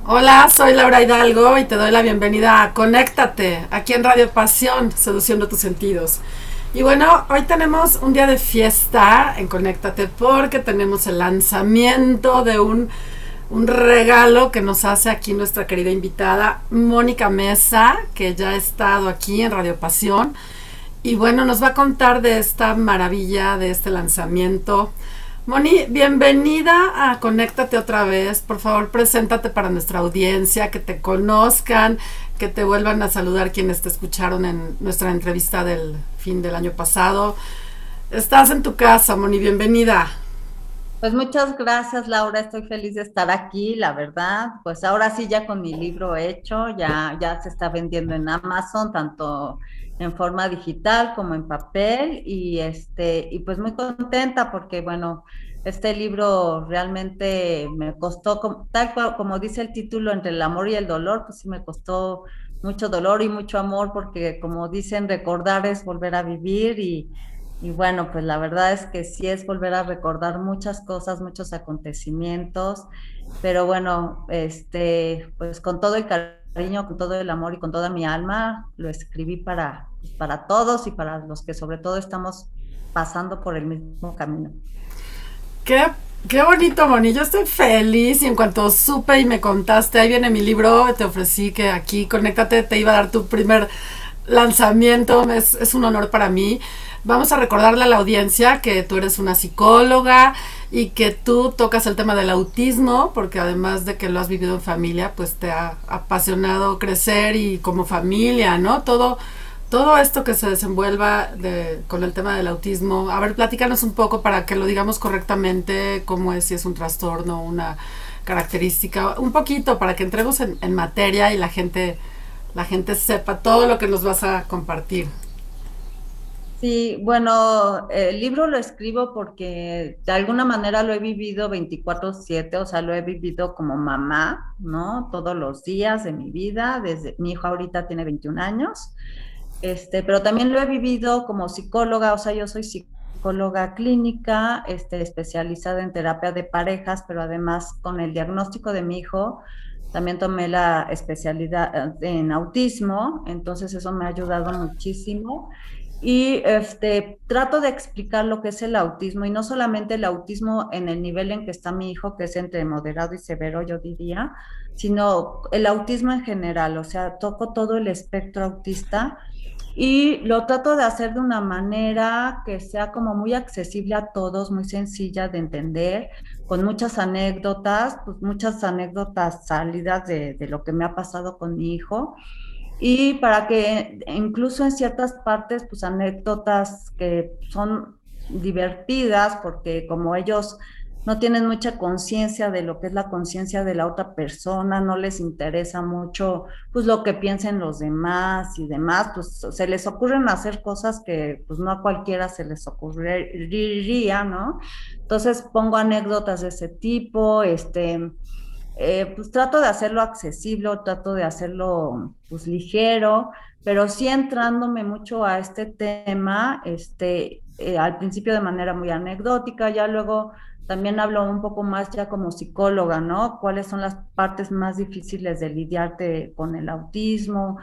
Hola, soy Laura Hidalgo y te doy la bienvenida a Conéctate, aquí en Radio Pasión, seduciendo tus sentidos. Y bueno, hoy tenemos un día de fiesta en Conéctate porque tenemos el lanzamiento de un regalo que nos hace aquí nuestra querida invitada Mónica Mesa, que ya ha estado aquí en Radio Pasión. Y bueno, nos va a contar de esta maravilla, de este lanzamiento. Moni, bienvenida a Conéctate otra vez. Por favor, preséntate para nuestra audiencia, que te conozcan, que te vuelvan a saludar quienes te escucharon en nuestra entrevista del fin del año pasado. Estás en tu casa, Moni, bienvenida. Pues muchas gracias, Laura. Estoy feliz de estar aquí, la verdad. Pues ahora sí, ya con mi libro hecho, ya se está vendiendo en Amazon, tanto en forma digital como en papel. Y pues muy contenta porque, bueno, este libro realmente me costó, tal cual como dice el título, entre el amor y el dolor, pues sí me costó mucho dolor y mucho amor, porque como dicen, recordar es volver a vivir y bueno, pues la verdad es que sí es volver a recordar muchas cosas, muchos acontecimientos, pero bueno, pues con todo el cariño, con todo el amor y con toda mi alma, lo escribí pues, para todos y para los que sobre todo estamos pasando por el mismo camino. Qué, qué bonito, Moni. Yo estoy feliz y en cuanto supe y me contaste, ahí viene mi libro, te ofrecí que aquí, Conéctate, te iba a dar tu primer lanzamiento. Es un honor para mí. Vamos a recordarle a la audiencia que tú eres una psicóloga y que tú tocas el tema del autismo, porque además de que lo has vivido en familia, pues te ha apasionado crecer y como familia, ¿no? Todo esto que se desenvuelva con el tema del autismo. A ver, platícanos un poco para que lo digamos correctamente, cómo es, si es un trastorno, una característica, un poquito para que entremos en materia y la gente sepa todo lo que nos vas a compartir. Sí, bueno, el libro lo escribo porque de alguna manera lo he vivido 24/7, o sea, lo he vivido como mamá, ¿no? Todos los días de mi vida, desde mi hijo ahorita tiene 21 años, pero también lo he vivido como psicóloga, o sea, yo soy psicóloga clínica, especializada en terapia de parejas, pero además con el diagnóstico de mi hijo, también tomé la especialidad en autismo, entonces eso me ha ayudado muchísimo. Y trato de explicar lo que es el autismo, y no solamente el autismo en el nivel en que está mi hijo, que es entre moderado y severo, yo diría, sino el autismo en general, o sea, toco todo el espectro autista y lo trato de hacer de una manera que sea como muy accesible a todos, muy sencilla de entender, con muchas anécdotas salidas de lo que me ha pasado con mi hijo, y para que incluso en ciertas partes, pues anécdotas que son divertidas, porque como ellos no tienen mucha conciencia de lo que es la conciencia de la otra persona, no les interesa mucho pues lo que piensen los demás y demás, pues se les ocurren hacer cosas que pues no a cualquiera se les ocurriría, ¿no? Entonces pongo anécdotas de ese tipo, pues trato de hacerlo accesible, trato de hacerlo pues ligero, pero sí entrándome mucho a este tema, al principio de manera muy anecdótica, ya luego también hablo un poco más ya como psicóloga, ¿no? ¿Cuáles son las partes más difíciles de lidiarte con el autismo?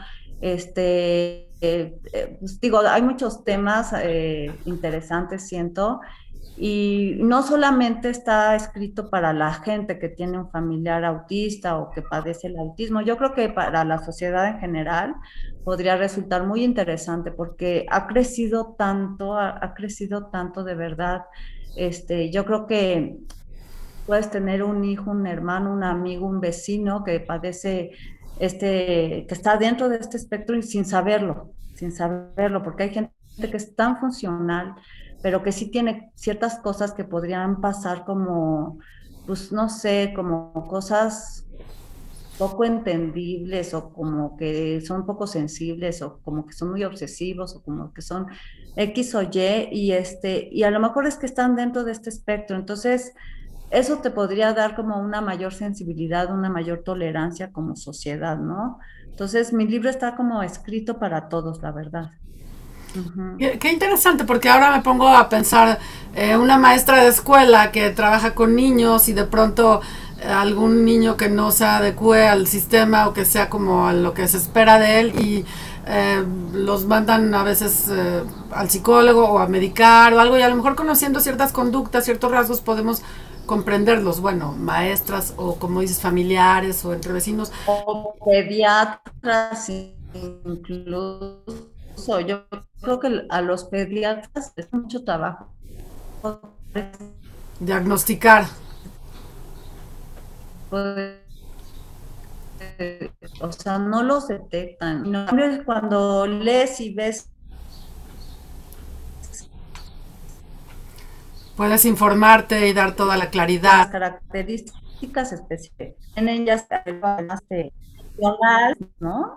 Pues digo, hay muchos temas interesantes, siento, y no solamente está escrito para la gente que tiene un familiar autista o que padece el autismo, yo creo que para la sociedad en general podría resultar muy interesante porque ha crecido tanto de verdad. Yo creo que puedes tener un hijo, un hermano, un amigo, un vecino que padece, que está dentro de este espectro y sin saberlo, porque hay gente que es tan funcional, pero que sí tiene ciertas cosas que podrían pasar como, pues no sé, como cosas poco entendibles, o como que son poco sensibles, o como que son muy obsesivos, o como que son X o Y, y a lo mejor es que están dentro de este espectro. Entonces eso te podría dar como una mayor sensibilidad, una mayor tolerancia como sociedad, ¿no? Entonces, mi libro está como escrito para todos, la verdad. Ujú. Qué interesante, porque ahora me pongo a pensar, una maestra de escuela que trabaja con niños y de pronto algún niño que no se adecue al sistema o que sea como a lo que se espera de él y los mandan a veces al psicólogo o a medicar o algo, y a lo mejor conociendo ciertas conductas, ciertos rasgos podemos comprenderlos. Bueno, maestras o como dices familiares o entre vecinos. O pediatras incluso. Yo creo que a los pediatras es mucho trabajo. Diagnosticar. O sea, no los detectan. En cambio, cuando lees y ves Puedes informarte y dar toda la claridad. las características específicas, tienen ya más funcional, ¿no?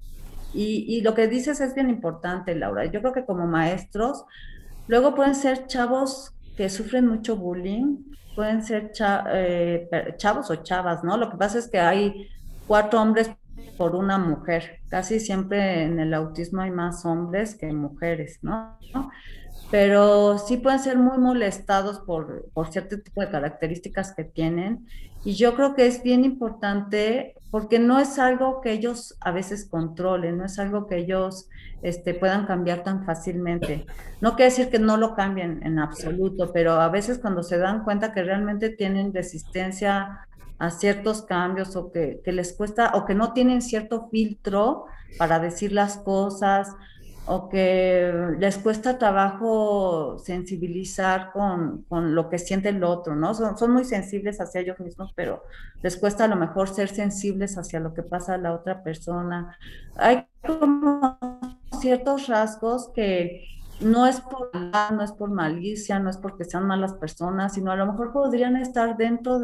Y lo que dices es bien importante, Laura. Yo creo que como maestros, luego pueden ser chavos que sufren mucho bullying, pueden ser chavos o chavas, ¿no? Lo que pasa es que hay 4 hombres por una mujer. Casi siempre en el autismo hay más hombres que mujeres, ¿no? Pero sí pueden ser muy molestados por cierto tipo de características que tienen. Y yo creo que es bien importante porque no es algo que ellos a veces controlen, no es algo que ellos puedan cambiar tan fácilmente. No quiere decir que no lo cambien en absoluto, pero a veces cuando se dan cuenta que realmente tienen resistencia a ciertos cambios o que les cuesta o que no tienen cierto filtro para decir las cosas o que les cuesta trabajo sensibilizar con lo que siente el otro, ¿no? Son muy sensibles hacia ellos mismos, pero les cuesta a lo mejor ser sensibles hacia lo que pasa a la otra persona. Hay como ciertos rasgos que no es por maldad, no es por malicia, no es porque sean malas personas, sino a lo mejor podrían estar dentro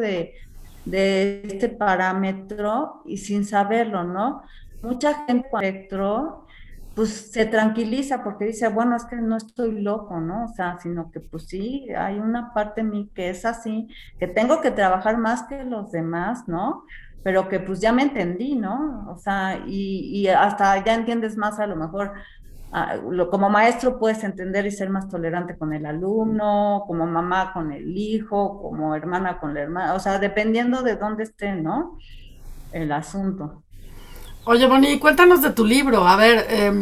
de este parámetro y sin saberlo, ¿no? Mucha gente con espectro pues se tranquiliza porque dice, bueno, es que no estoy loco, ¿no? O sea, sino que pues sí, hay una parte de mí que es así, que tengo que trabajar más que los demás, ¿no? Pero que pues ya me entendí, ¿no? O sea, y hasta ya entiendes más a lo mejor, como maestro puedes entender y ser más tolerante con el alumno, como mamá con el hijo, como hermana con la hermana, o sea, dependiendo de dónde esté, ¿no? El asunto. Oye, Bonnie, cuéntanos de tu libro. A ver,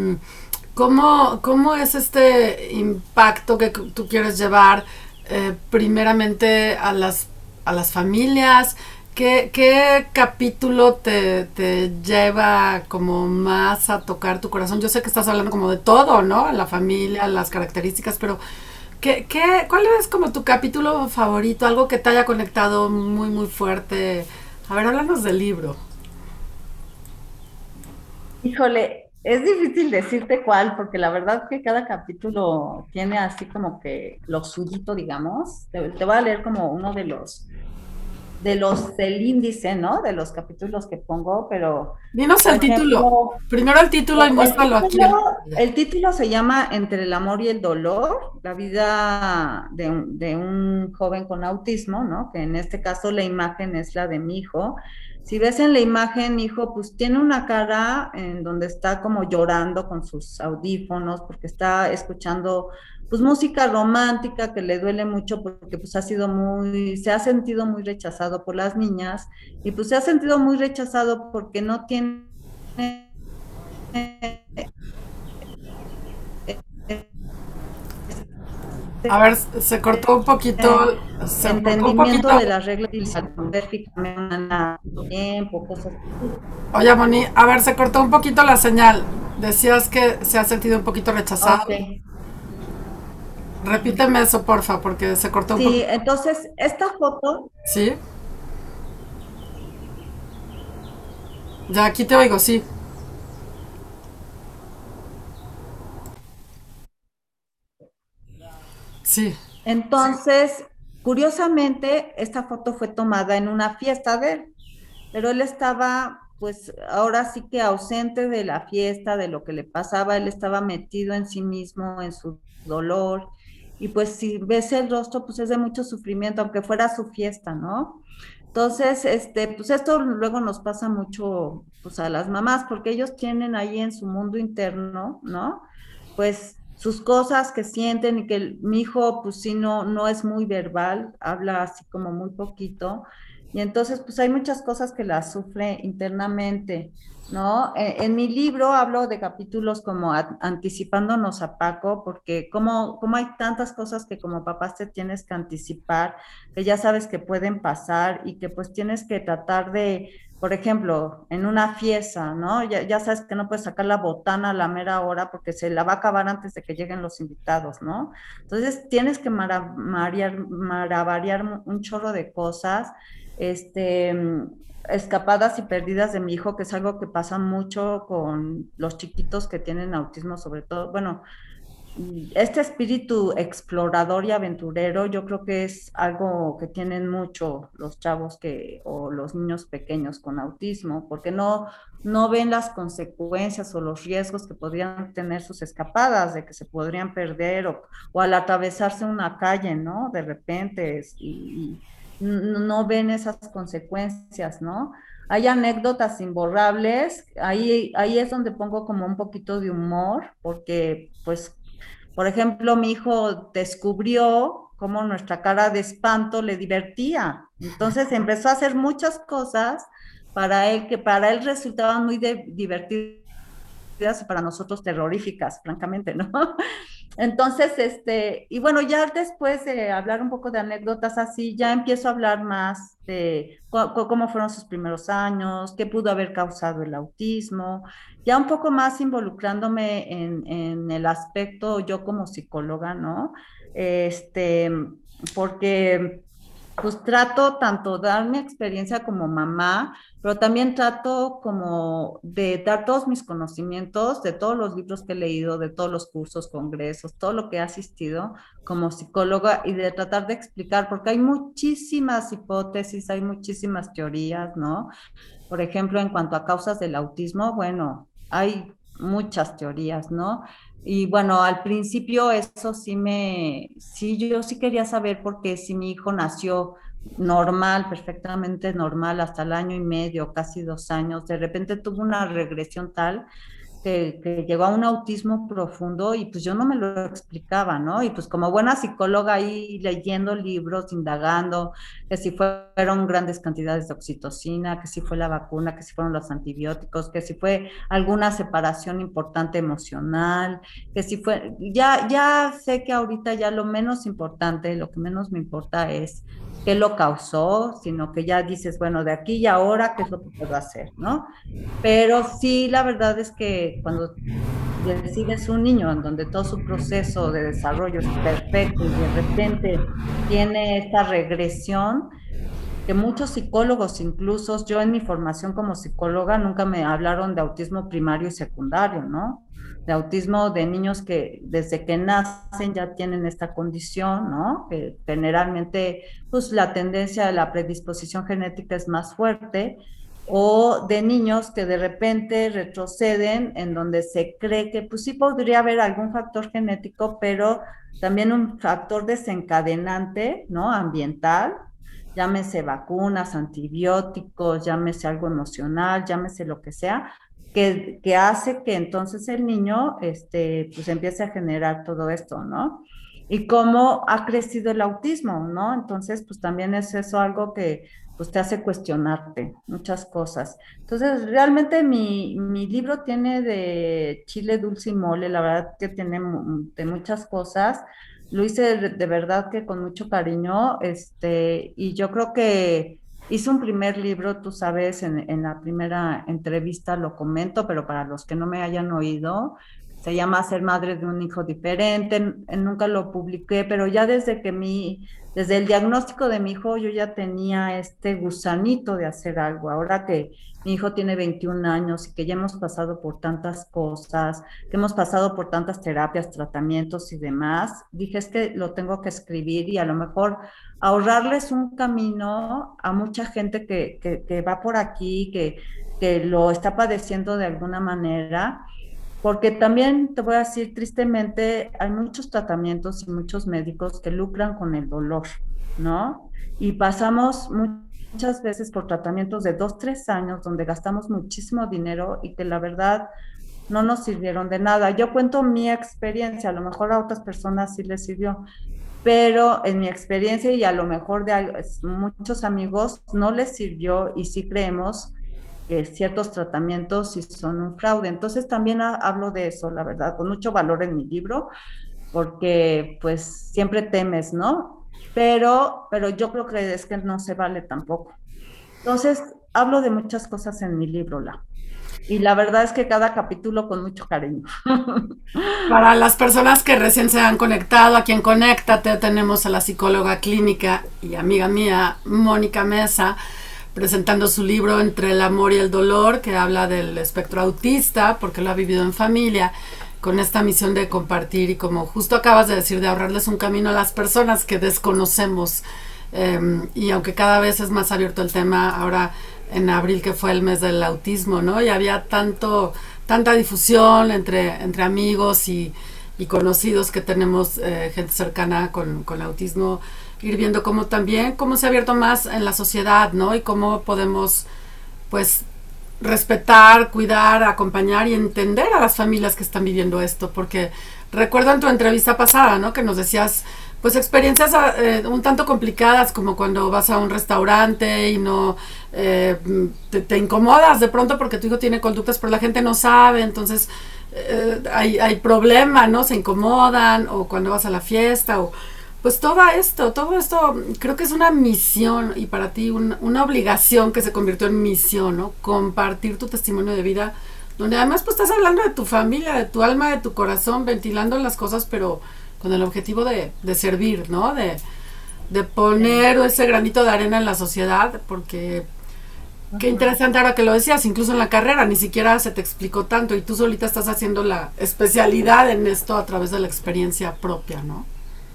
¿cómo es este impacto que tú quieres llevar primeramente a las familias? ¿Qué capítulo te lleva como más a tocar tu corazón? Yo sé que estás hablando como de todo, ¿no? La familia, las características, pero ¿cuál es como tu capítulo favorito? Algo que te haya conectado muy, muy fuerte. A ver, háblanos del libro. Híjole, es difícil decirte cuál, porque la verdad que cada capítulo tiene así como que lo suyito, digamos. Te voy a leer como uno de los del índice, ¿no? De los capítulos que pongo, pero, Dinos por el título. ejemplo, Primero el título y el muéstralo aquí título, en la pantalla. el título se llama Entre el amor y el dolor, la vida de un joven con autismo, ¿no? Que en este caso la imagen es la de mi hijo. Si ves en la imagen, mi hijo, pues tiene una cara en donde está como llorando con sus audífonos porque está escuchando pues música romántica que le duele mucho porque pues se ha sentido muy rechazado por las niñas y pues se ha sentido muy rechazado porque no tiene A ver, se cortó un poquito. Se cortó un entendimiento poquito. de las reglas de tiempo, cosas así. Oye, Moni, a ver, se cortó un poquito la señal. Decías que se ha sentido un poquito rechazado. Ok. Repíteme eso, porfa, porque se cortó un Sí, poquito. entonces esta foto, ¿Sí? Ya aquí te oigo, sí. Sí. entonces, curiosamente, esta foto fue tomada en una fiesta de él, pero él estaba, pues ahora sí que ausente de la fiesta, de lo que le pasaba, él estaba metido en sí mismo, en su dolor, y pues si ves el rostro, pues es de mucho sufrimiento, aunque fuera su fiesta, ¿no? Entonces, pues esto luego nos pasa mucho, pues a las mamás, porque ellos tienen ahí en su mundo interno, ¿no? Pues sus cosas que sienten y que mi hijo, pues sí, no es muy verbal, habla así como muy poquito. Y entonces, pues hay muchas cosas que las sufre internamente, ¿no? En mi libro hablo de capítulos como anticipándonos a Paco, porque como hay tantas cosas que como papás te tienes que anticipar, que ya sabes que pueden pasar y que pues tienes que tratar de por ejemplo, en una fiesta, ¿no? Ya sabes que no puedes sacar la botana a la mera hora porque se la va a acabar antes de que lleguen los invitados, ¿no? Entonces tienes que maravariar un chorro de cosas, este, escapadas y perdidas de mi hijo, que es algo que pasa mucho con los chiquitos que tienen autismo, sobre todo, bueno, este espíritu explorador y aventurero, yo creo que es algo que tienen mucho los chavos o los niños pequeños con autismo, porque no ven las consecuencias o los riesgos que podrían tener sus escapadas, de que se podrían perder o al atravesarse una calle, ¿no? De repente, no ven esas consecuencias, ¿no? Hay anécdotas imborrables, ahí es donde pongo como un poquito de humor, porque pues por ejemplo, mi hijo descubrió cómo nuestra cara de espanto le divertía. Entonces empezó a hacer muchas cosas para él que para él resultaban muy divertidas y para nosotros terroríficas, francamente, ¿no? Entonces, y bueno, ya después de hablar un poco de anécdotas así, ya empiezo a hablar más de cómo fueron sus primeros años, qué pudo haber causado el autismo, ya un poco más involucrándome en el aspecto yo como psicóloga, ¿no? Este, porque pues trato tanto dar mi experiencia como mamá, pero también trato como de dar todos mis conocimientos de todos los libros que he leído, de todos los cursos, congresos, todo lo que he asistido como psicóloga y de tratar de explicar, porque hay muchísimas hipótesis, hay muchísimas teorías, ¿no? Por ejemplo, en cuanto a causas del autismo, bueno, hay muchas teorías, ¿no? Y bueno, al principio eso sí, yo sí quería saber por qué si mi hijo nació normal, perfectamente normal, hasta el año y medio, casi 2 años, de repente tuvo una regresión tal que llegó a un autismo profundo y pues yo no me lo explicaba, ¿no? Y pues como buena psicóloga ahí leyendo libros, indagando, que si fueron grandes cantidades de oxitocina, que si fue la vacuna, que si fueron los antibióticos, que si fue alguna separación importante emocional, que si fue, ya sé que ahorita ya lo menos importante, lo que menos me importa es qué lo causó, sino que ya dices, bueno, de aquí y ahora, ¿qué es lo que puedo hacer, ¿no? Pero sí, la verdad es que cuando recibes un niño en donde todo su proceso de desarrollo es perfecto y de repente tiene esta regresión, que muchos psicólogos, incluso yo en mi formación como psicóloga, nunca me hablaron de autismo primario y secundario, ¿no? De autismo de niños que desde que nacen ya tienen esta condición, ¿no? Que generalmente, pues la tendencia de la predisposición genética es más fuerte, o de niños que de repente retroceden en donde se cree que pues sí podría haber algún factor genético, pero también un factor desencadenante, ¿no? Ambiental, llámese vacunas, antibióticos, llámese algo emocional, llámese lo que sea, que hace que entonces el niño, pues empiece a generar todo esto, ¿no? Y cómo ha crecido el autismo, ¿no? Entonces, pues también es eso algo que pues te hace cuestionarte muchas cosas. Entonces, realmente mi libro tiene de chile, dulce y mole, la verdad que tiene de muchas cosas. Lo hice de verdad que con mucho cariño, y yo creo que hice un primer libro, tú sabes, en la primera entrevista lo comento, pero para los que no me hayan oído, se llama Ser madre de un hijo diferente, nunca lo publiqué, pero ya desde el diagnóstico de mi hijo, yo ya tenía este gusanito de hacer algo. Ahora que mi hijo tiene 21 años y que ya hemos pasado por tantas cosas, que hemos pasado por tantas terapias, tratamientos y demás, dije es que lo tengo que escribir y a lo mejor ahorrarles un camino a mucha gente que va por aquí, que lo está padeciendo de alguna manera, porque también te voy a decir, tristemente, hay muchos tratamientos y muchos médicos que lucran con el dolor, ¿no? Y pasamos muchas veces por tratamientos de 2, 3 años donde gastamos muchísimo dinero y que la verdad no nos sirvieron de nada. Yo cuento mi experiencia, a lo mejor a otras personas sí les sirvió, pero en mi experiencia y a lo mejor muchos amigos no les sirvió y sí creemos que ciertos tratamientos sí son un fraude. Entonces también hablo de eso, la verdad, con mucho valor en mi libro, porque pues siempre temes, ¿no? Pero yo creo que es que no se vale tampoco. Entonces, hablo de muchas cosas en mi libro, y la verdad es que cada capítulo con mucho cariño. Para las personas que recién se han conectado, aquí en Conéctate tenemos a la psicóloga clínica y amiga mía, Mónica Mesa, presentando su libro Entre el amor y el dolor, que habla del espectro autista, porque lo ha vivido en familia, con esta misión de compartir y, como justo acabas de decir, de ahorrarles un camino a las personas que desconocemos. Y aunque cada vez es más abierto el tema, ahora en abril, que fue el mes del autismo, ¿no? Y había tanta difusión entre amigos y conocidos que tenemos, gente cercana con autismo, ir viendo cómo se ha abierto más en la sociedad, ¿no? Y cómo podemos, pues, respetar, cuidar, acompañar y entender a las familias que están viviendo esto, porque recuerdo en tu entrevista pasada, ¿no? Que nos decías, pues, experiencias un tanto complicadas, como cuando vas a un restaurante y no te incomodas de pronto porque tu hijo tiene conductas, pero la gente no sabe, entonces hay problema, ¿no? Se incomodan, o cuando vas a la fiesta, o pues todo esto creo que es una misión, y para ti una obligación que se convirtió en misión, ¿no? Compartir tu testimonio de vida, donde además pues estás hablando de tu familia, de tu alma, de tu corazón, ventilando las cosas, pero con el objetivo de servir, ¿no? De poner ese granito de arena en la sociedad, porque qué Ajá. interesante ahora que lo decías, incluso en la carrera ni siquiera se te explicó tanto y tú solita estás haciendo la especialidad en esto a través de la experiencia propia, ¿no?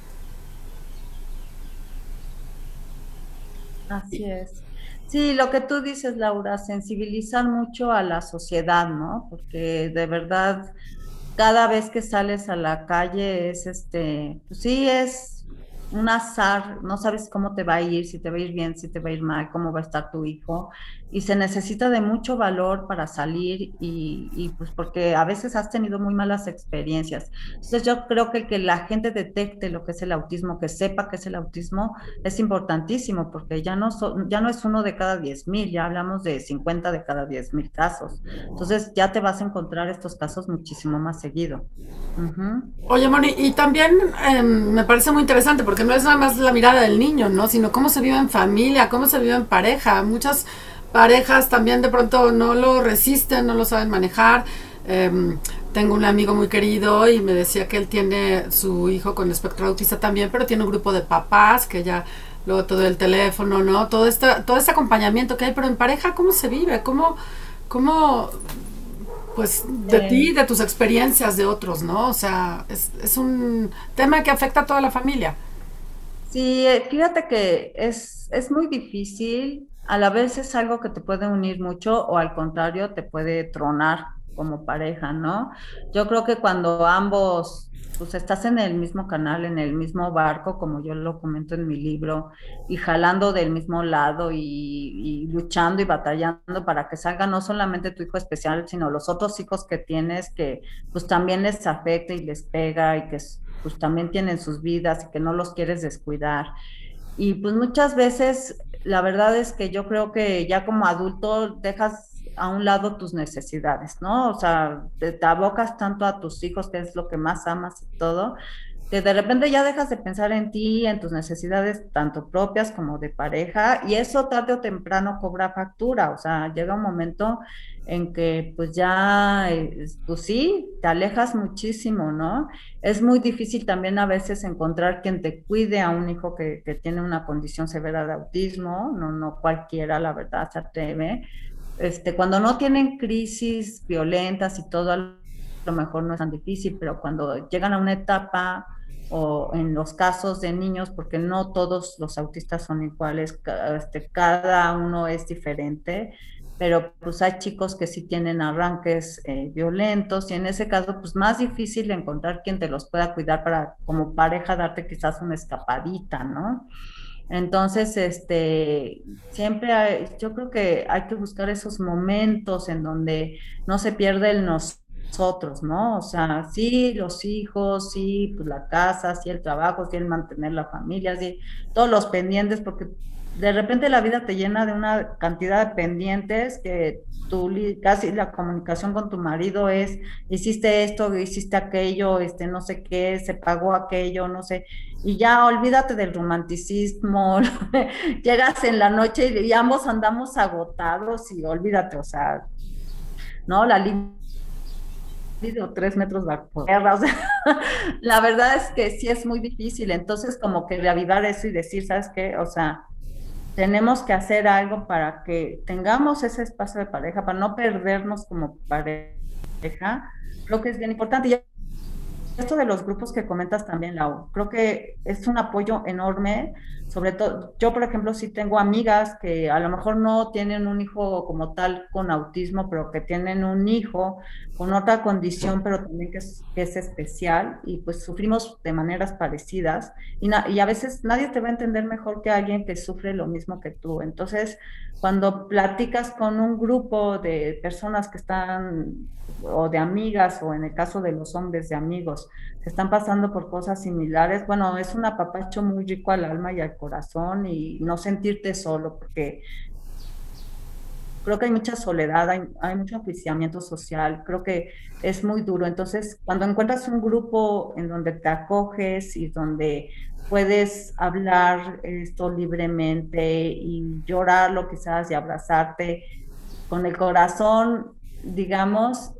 Así es. Sí, lo que tú dices, Laura, sensibilizar mucho a la sociedad, ¿no? Porque de verdad, cada vez que sales a la calle es pues sí, es un azar, no sabes cómo te va a ir, si te va a ir bien, si te va a ir mal, cómo va a estar tu hijo, y se necesita de mucho valor para salir y pues porque a veces has tenido muy malas experiencias. Entonces yo creo que la gente detecte lo que es el autismo, que sepa que es el autismo, es importantísimo, porque ya no es uno de cada 10,000, ya hablamos de 50 de cada 10,000 casos. Entonces ya te vas a encontrar estos casos muchísimo más seguido. Ujú. Oye, Moni, y también me parece muy interesante porque no es nada más la mirada del niño, ¿no? Sino cómo se vive en familia, cómo se vive en pareja. Muchas parejas también de pronto no lo resisten, no lo saben manejar. Tengo un amigo muy querido y me decía que él tiene su hijo con espectro autista también, pero tiene un grupo de papás que ya luego todo el teléfono, ¿no? Todo este acompañamiento que hay, pero en pareja, ¿cómo se vive? ¿Cómo pues de ti, Eh, de tus experiencias, de otros, ¿no? O sea, es un tema que afecta a toda la familia. sí, fíjate que es muy difícil, a la vez es algo que te puede unir mucho o al contrario te puede tronar como pareja, ¿no? Yo creo que cuando ambos, pues estás en el mismo canal, en el mismo barco, como yo lo comento en mi libro, y jalando del mismo lado y luchando y batallando para que salga no solamente tu hijo especial, sino los otros hijos que tienes que pues también les afecta y les pega y que pues también tienen sus vidas y que no los quieres descuidar. Y pues muchas veces la verdad es que yo creo que ya como adulto dejas a un lado tus necesidades, ¿no? O sea, te abocas tanto a tus hijos, que es lo que más amas y todo, que de repente ya dejas de pensar en ti, en tus necesidades, tanto propias como de pareja, y eso tarde o temprano cobra factura, o sea, llega un momento en que pues ya, pues sí, te alejas muchísimo, ¿no? Es muy difícil también a veces encontrar quien te cuide a un hijo que tiene una condición severa de autismo, no, no cualquiera, la verdad, se atreve. Cuando no tienen crisis violentas y todo, a lo mejor no es tan difícil, pero cuando llegan a una etapa o en los casos de niños, porque no todos los autistas son iguales, cada uno es diferente, pero pues hay chicos que sí tienen arranques violentos y en ese caso pues más difícil encontrar quien te los pueda cuidar para como pareja darte quizás una escapadita, ¿no? Entonces, yo creo que hay que buscar esos momentos en donde no se pierde el nosotros, nosotros, ¿no? O sea, sí, los hijos, sí, pues la casa, sí, el trabajo, sí, el mantener la familia, sí, todos los pendientes, porque de repente la vida te llena de una cantidad de pendientes que casi la comunicación con tu marido es, hiciste esto, hiciste aquello, no sé qué, se pagó aquello, no sé, y ya olvídate del romanticismo, llegas en la noche y ambos andamos agotados y olvídate, o sea, ¿no? La o 3 metros bajo tierra, o sea, la verdad es que sí es muy difícil, entonces como que reavivar eso y decir, ¿sabes qué? O sea, tenemos que hacer algo para que tengamos ese espacio de pareja, para no perdernos como pareja, creo que es bien importante. Y esto de los grupos que comentas también, Lau, creo que es un apoyo enorme, sobre todo, yo por ejemplo sí tengo amigas que a lo mejor no tienen un hijo como tal con autismo, pero que tienen un hijo con otra condición, pero también que es especial y pues sufrimos de maneras parecidas y a veces nadie te va a entender mejor que alguien que sufre lo mismo que tú. Entonces, cuando platicas con un grupo de personas que están o de amigas, o en el caso de los hombres, de amigos, que están pasando por cosas similares, bueno, es un apapacho muy rico al alma y al corazón y no sentirte solo, porque creo que hay mucha soledad, hay mucho enjuiciamiento social, creo que es muy duro. Entonces, cuando encuentras un grupo en donde te acoges y donde puedes hablar esto libremente y llorarlo quizás y abrazarte con el corazón, digamos,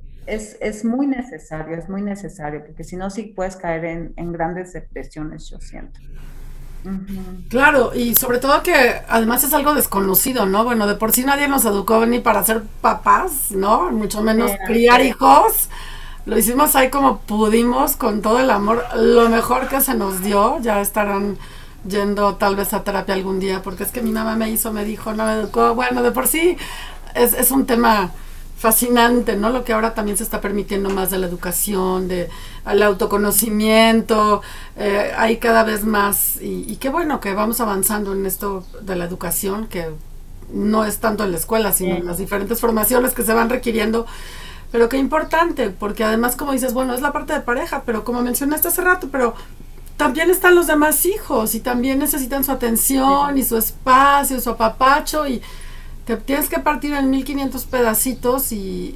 es muy necesario, porque si no, sí puedes caer en grandes depresiones, yo siento. Ujú. Claro, y sobre todo que además es algo desconocido, ¿no? Bueno, de por sí nadie nos educó ni para ser papás, ¿no? Mucho menos Así criar es. hijos. Lo hicimos ahí como pudimos, con todo el amor, lo mejor que se nos dio. Ya estarán yendo tal vez a terapia algún día, porque es que mi mamá me hizo, me dijo, no me educó. Bueno, de por sí es un tema fascinante, ¿no? Lo que ahora también se está permitiendo más de la educación, de el autoconocimiento, hay cada vez más, y qué bueno que vamos avanzando en esto de la educación, que no es tanto en la escuela, sino en las diferentes formaciones que se van requiriendo, pero qué importante, porque además, como dices, bueno, es la parte de pareja, pero como mencionaste hace rato, pero también están los demás hijos y también necesitan su atención y su espacio, su apapacho y te tienes que partir en 1500 pedacitos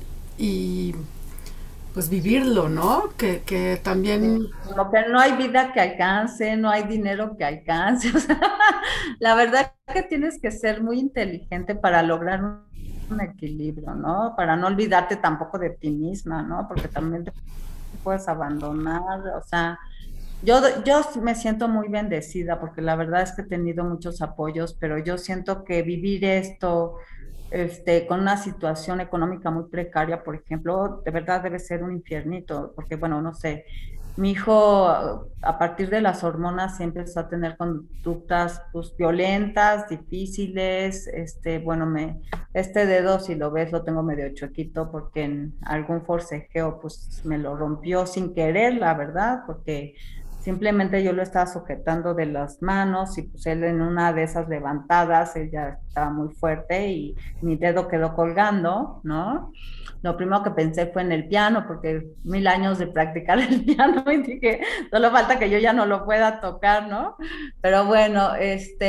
y pues vivirlo, ¿no? Que también... Como que no hay vida que alcance, no hay dinero que alcance. O sea, la verdad que tienes que ser muy inteligente para lograr un equilibrio, ¿no? Para no olvidarte tampoco de ti misma, ¿no? Porque también te puedes abandonar. O sea, yo me siento muy bendecida porque la verdad es que he tenido muchos apoyos, pero yo siento que vivir esto, con una situación económica muy precaria, por ejemplo, de verdad debe ser un infiernito, porque bueno, no sé, mi hijo a partir de las hormonas siempre empezó a tener conductas pues violentas, difíciles, bueno, este dedo si lo ves lo tengo medio chuequito porque en algún forcejeo pues me lo rompió sin querer, la verdad, porque simplemente yo lo estaba sujetando de las manos y pues él en una de esas levantadas, él ya estaba muy fuerte y mi dedo quedó colgando, ¿no? Lo primero que pensé fue en el piano, porque 1000 años de practicar el piano y dije, solo falta que yo ya no lo pueda tocar, ¿no? Pero bueno,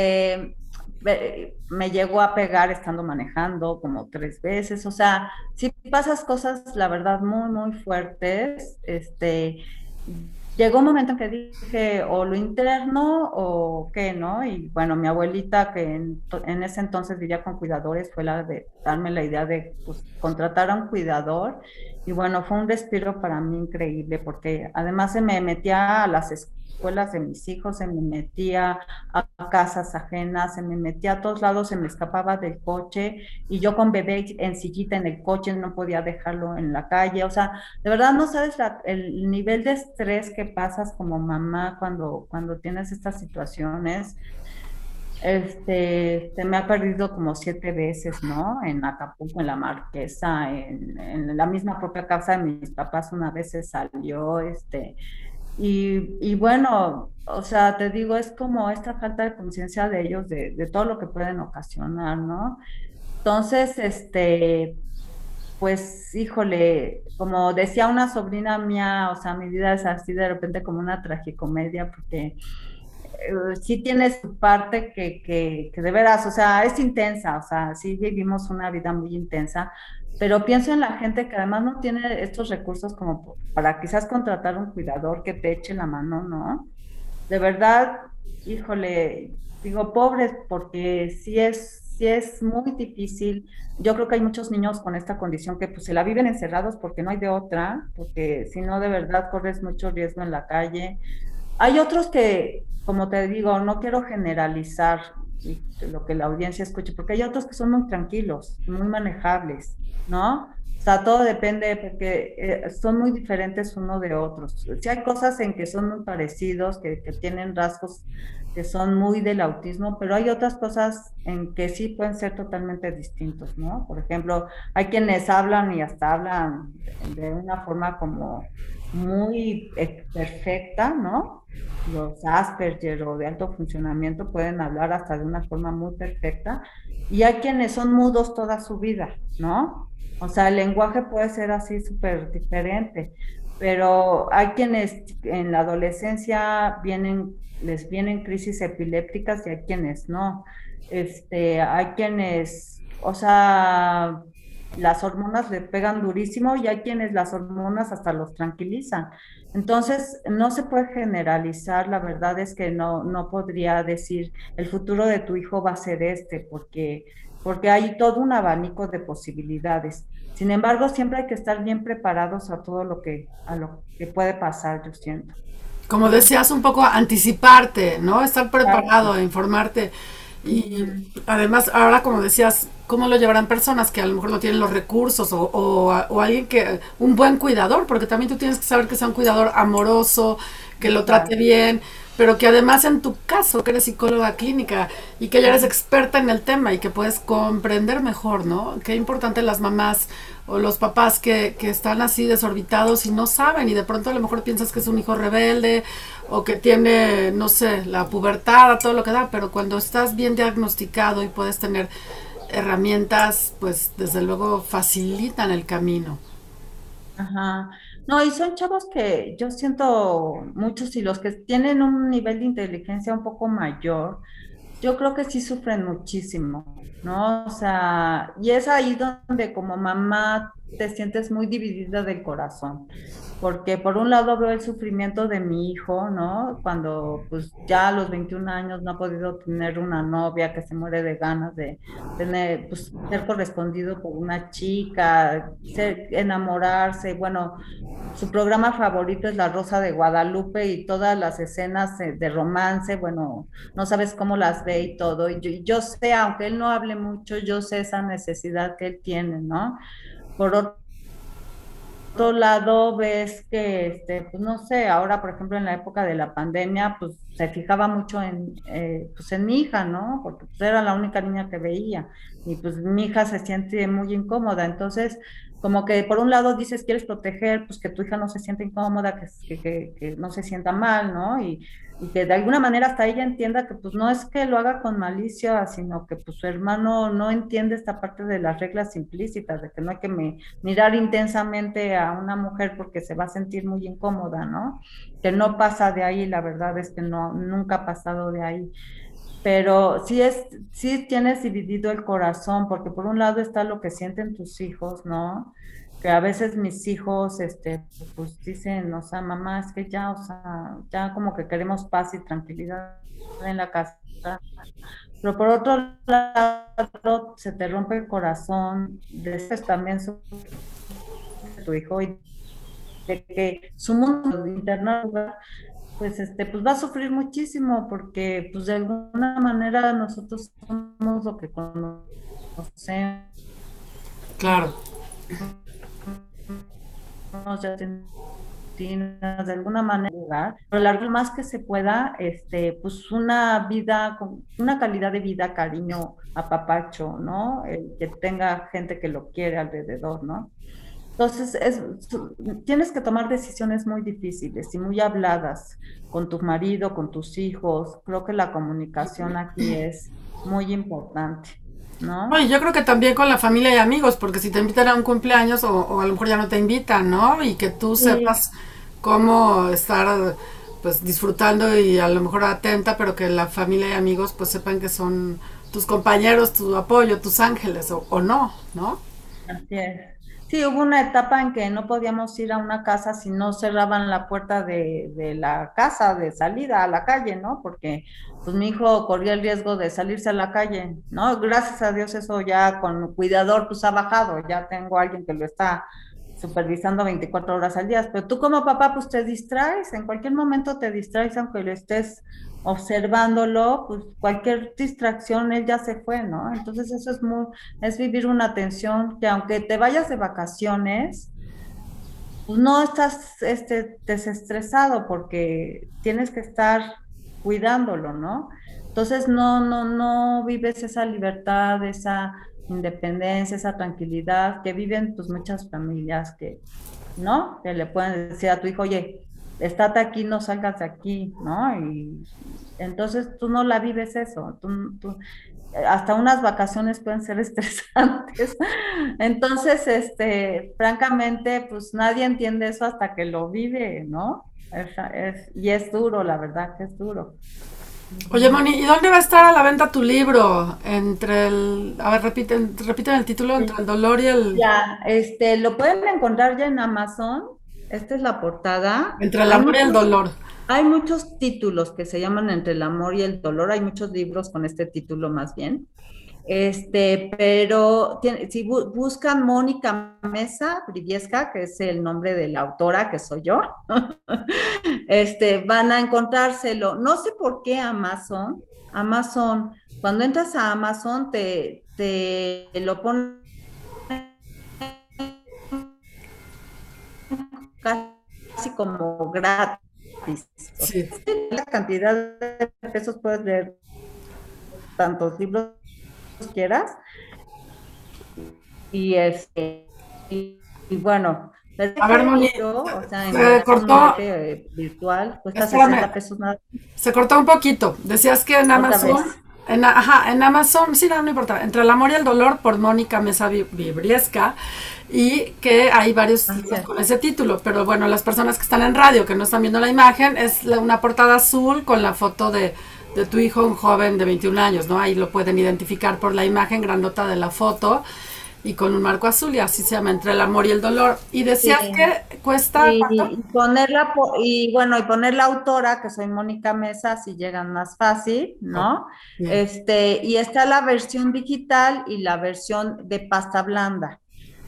me llegó a pegar estando manejando como 3 veces, o sea, si pasas cosas, la verdad, muy, muy fuertes, llegó un momento en que dije, o lo interno o qué, ¿no? Y bueno, mi abuelita, que en ese entonces vivía con cuidadores, fue la de darme la idea de pues, contratar a un cuidador. Y bueno, fue un respiro para mí increíble, porque además se me metía a las escuelas de mis hijos, se me metía a casas ajenas, se me metía a todos lados, se me escapaba del coche y yo con bebé en sillita en el coche no podía dejarlo en la calle, o sea, de verdad no sabes el nivel de estrés que pasas como mamá cuando tienes estas situaciones. Se me ha perdido como 7 veces, ¿no? En Acapulco, en La Marquesa, en la misma propia casa de mis papás una vez se salió, y bueno, o sea, te digo, es como esta falta de conciencia de ellos, de todo lo que pueden ocasionar, ¿no? Entonces, pues, híjole, como decía una sobrina mía, o sea, mi vida es así de repente como una tragicomedia, porque sí tiene su parte que de veras, o sea, es intensa, o sea, sí vivimos una vida muy intensa, pero pienso en la gente que además no tiene estos recursos como para quizás contratar un cuidador que te eche la mano, ¿no? De verdad, híjole, digo pobres porque sí es muy difícil. Yo creo que hay muchos niños con esta condición que pues se la viven encerrados porque no hay de otra, porque si no de verdad corres mucho riesgo en la calle. Hay otros que, como te digo, no quiero generalizar y lo que la audiencia escuche, porque hay otros que son muy tranquilos, muy manejables, ¿no? O sea, todo depende porque son muy diferentes uno de otros. Sí hay cosas en que son muy parecidos, que tienen rasgos que son muy del autismo, pero hay otras cosas en que sí pueden ser totalmente distintos, ¿no? Por ejemplo, hay quienes hablan y hasta hablan de una forma como muy perfecta, ¿no? Los Asperger o de alto funcionamiento pueden hablar hasta de una forma muy perfecta, y hay quienes son mudos toda su vida, ¿no? O sea, el lenguaje puede ser así súper diferente, pero hay quienes en la adolescencia les vienen crisis epilépticas y hay quienes no. Hay quienes, o sea, las hormonas le pegan durísimo y hay quienes las hormonas hasta los tranquilizan. Entonces, no se puede generalizar, la verdad es que no podría decir el futuro de tu hijo va a ser este, porque hay todo un abanico de posibilidades. Sin embargo, siempre hay que estar bien preparados a a lo que puede pasar, yo siento. Como decías, un poco anticiparte, ¿no? Estar Exacto. preparado, informarte. Y Ujú. además, ahora como decías, ¿cómo lo llevarán personas que a lo mejor no tienen los recursos o alguien que, un buen cuidador? Porque también tú tienes que saber que sea un cuidador amoroso, que lo trate Exacto. bien, pero que además en tu caso, que eres psicóloga clínica y que ya eres Ujú. experta en el tema y que puedes comprender mejor, ¿no? Qué importante las mamás o los papás que están así desorbitados y no saben y de pronto a lo mejor piensas que es un hijo rebelde o que tiene, no sé, la pubertad, a todo lo que da, pero cuando estás bien diagnosticado y puedes tener herramientas, pues desde luego facilitan el camino. Ajá. No, y son chavos que yo siento muchos y los que tienen un nivel de inteligencia un poco mayor, yo creo que sí sufren muchísimo, ¿no? O sea, y es ahí donde como mamá te sientes muy dividida del corazón, porque por un lado veo el sufrimiento de mi hijo, ¿no? Cuando pues ya a los 21 años no ha podido tener una novia, que se muere de ganas de tener, pues ser correspondido por una chica, enamorarse, bueno, su programa favorito es La Rosa de Guadalupe y todas las escenas de romance, bueno, no sabes cómo las ve y todo. Y yo sé, aunque él no hable mucho, yo sé esa necesidad que él tiene, ¿no? Por otro lado, ves que, pues no sé, ahora, por ejemplo, en la época de la pandemia, pues se fijaba mucho pues, en mi hija, ¿no? Porque pues, era la única niña que veía y pues mi hija se siente muy incómoda. Entonces, como que por un lado dices, quieres proteger, pues que tu hija no se sienta incómoda, que no se sienta mal, ¿no? Y que de alguna manera hasta ella entienda que pues no es que lo haga con malicia, sino que pues su hermano no entiende esta parte de las reglas implícitas, de que no hay que mirar intensamente a una mujer porque se va a sentir muy incómoda, ¿no? Que no pasa de ahí, la verdad es que no, nunca ha pasado de ahí. Pero sí tienes dividido el corazón, porque por un lado está lo que sienten tus hijos, ¿no? Que a veces mis hijos, pues dicen, o sea, mamá, es que ya, o sea, ya como que queremos paz y tranquilidad en la casa. Pero por otro lado, se te rompe el corazón, después también tu hijo y de que su mundo interno pues pues va a sufrir muchísimo porque pues de alguna manera nosotros somos lo que conocemos Claro. de Argentina, de alguna manera, pero lo más que se pueda, pues una vida, una calidad de vida, cariño, apapacho, ¿no? Que tenga gente que lo quiere alrededor, ¿no? Entonces, tienes que tomar decisiones muy difíciles y muy habladas con tu marido, con tus hijos. Creo que la comunicación aquí es muy importante. ¿no? Oye, yo creo que también con la familia y amigos, porque si te invitan a un cumpleaños o a lo mejor ya no te invitan, ¿no? Y que tú Sí, sepas cómo estar pues disfrutando y a lo mejor atenta, pero que la familia y amigos pues sepan que son tus compañeros, tu apoyo, tus ángeles o no, ¿no? así es. Sí, hubo una etapa en que no podíamos ir a una casa si no cerraban la puerta de la casa de salida a la calle, ¿no? Porque pues mi hijo corría el riesgo de salirse a la calle, ¿no? Gracias a Dios eso ya con cuidador pues ha bajado, ya tengo a alguien que lo está supervisando 24 horas al día, pero tú como papá pues te distraes, en cualquier momento te distraes aunque lo estés observándolo, pues cualquier distracción él ya se fue, ¿no? Entonces eso es vivir una tensión que aunque te vayas de vacaciones, pues no estás desestresado porque tienes que estar cuidándolo, ¿no? Entonces no vives esa libertad, esa independencia, esa tranquilidad que viven pues muchas familias que, ¿no? Que le pueden decir a tu hijo, oye, estate aquí, no salgas de aquí, ¿no? Y entonces tú no la vives eso, hasta unas vacaciones pueden ser estresantes. Entonces, francamente, pues nadie entiende eso hasta que lo vive, ¿no? Y es duro, la verdad que es duro. Oye, Ujú. Moni, ¿y dónde va a estar a la venta tu libro? Entre el... A ver, repiten el título, entre el dolor y el... Ya, lo pueden encontrar ya en Amazon. Esta es la portada. Entre el amor y el dolor. Hay muchos títulos que se llaman Entre el amor y el dolor. Hay muchos libros con este título más bien. Pero si buscan Mónica Mesa Briviesca, que es el nombre de la autora, que soy yo, van a encontrárselo. No sé por qué Amazon, cuando entras a Amazon te lo pone casi como gratis. O sea, Sí. la cantidad de pesos puedes leer tantos libros quieras y y bueno, el A ver, Moni, libro, o sea, en se versión cortó... virtual, cuesta Espérame, 60 pesos nada, se cortó un poquito. Decías que en otra Amazon, vez. ajá, en Amazon, sí, no, no importa, Entre el amor y el dolor por Mónica Mesa Vibriesca y que hay varios Así libros es. con ese título, pero bueno, las personas que están en radio, que no están viendo la imagen, es una portada azul con la foto de tu hijo, un joven de 21 años, ¿no? Ahí lo pueden identificar por la imagen grandota de la foto y con un marco azul y así se llama Entre el amor y el dolor. Y decías Sí. que cuesta, ¿cuánto? Y bueno, y poner la autora, que soy Mónica Mesa, si llegan más fácil, Ok. ¿no? Y está la versión digital y la versión de pasta blanda.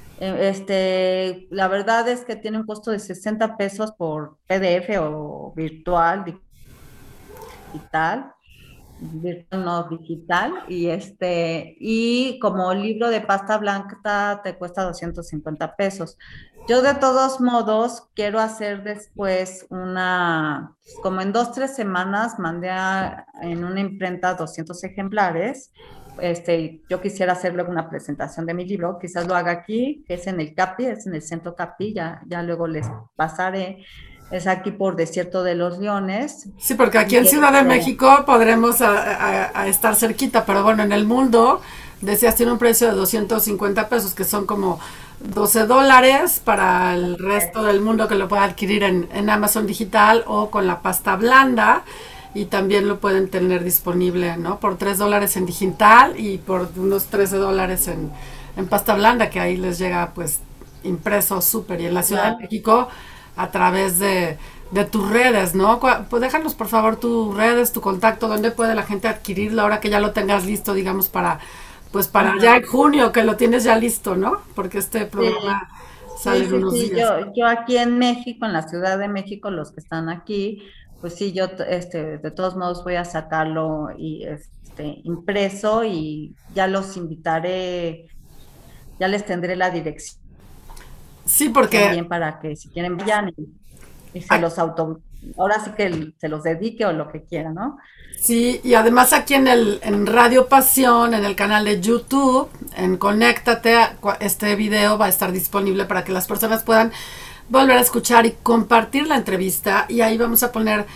La verdad es que tiene un costo de 60 pesos por PDF o virtual, digital, virtual no digital, y como libro de pasta blanca te cuesta 250 pesos. Yo de todos modos quiero hacer después como en 2, 3 semanas en una imprenta 200 ejemplares. Yo quisiera hacer luego una presentación de mi libro, quizás lo haga aquí, que es en el CAPI, es en el centro CAPI, ya luego les pasaré, es aquí por Desierto de los Leones. Sí, porque aquí Y en Ciudad de México podremos a estar cerquita, pero bueno, en el mundo, decías, tiene un precio de 250 pesos, que son como $12 para el resto del mundo que lo pueda adquirir en Amazon Digital o con la pasta blanda. Y también lo pueden tener disponible, ¿no? Por $3 en digital y por unos $13 en pasta blanda, que ahí les llega pues impreso súper. Y en la Ciudad de claro. México a través de tus redes, ¿no? Pues déjanos por favor tus redes, tu contacto, dónde puede la gente adquirirlo ahora que ya lo tengas listo, digamos, pues para ya Ajá. en junio, que lo tienes ya listo, ¿no? Porque este Sí, programa sí, sale en sí, unos sí. días. Yo aquí en México, en la Ciudad de México, los que están aquí, pues sí, de todos modos voy a sacarlo y impreso y ya los invitaré, ya les tendré la dirección Sí, porque bien para que si quieren vayan y ahora sí que se los dedique o lo que quieran, ¿no? sí, y además aquí en Radio Pasión, en el canal de YouTube, en Conéctate, este video va a estar disponible para que las personas puedan volver a escuchar y compartir la entrevista y ahí vamos a poner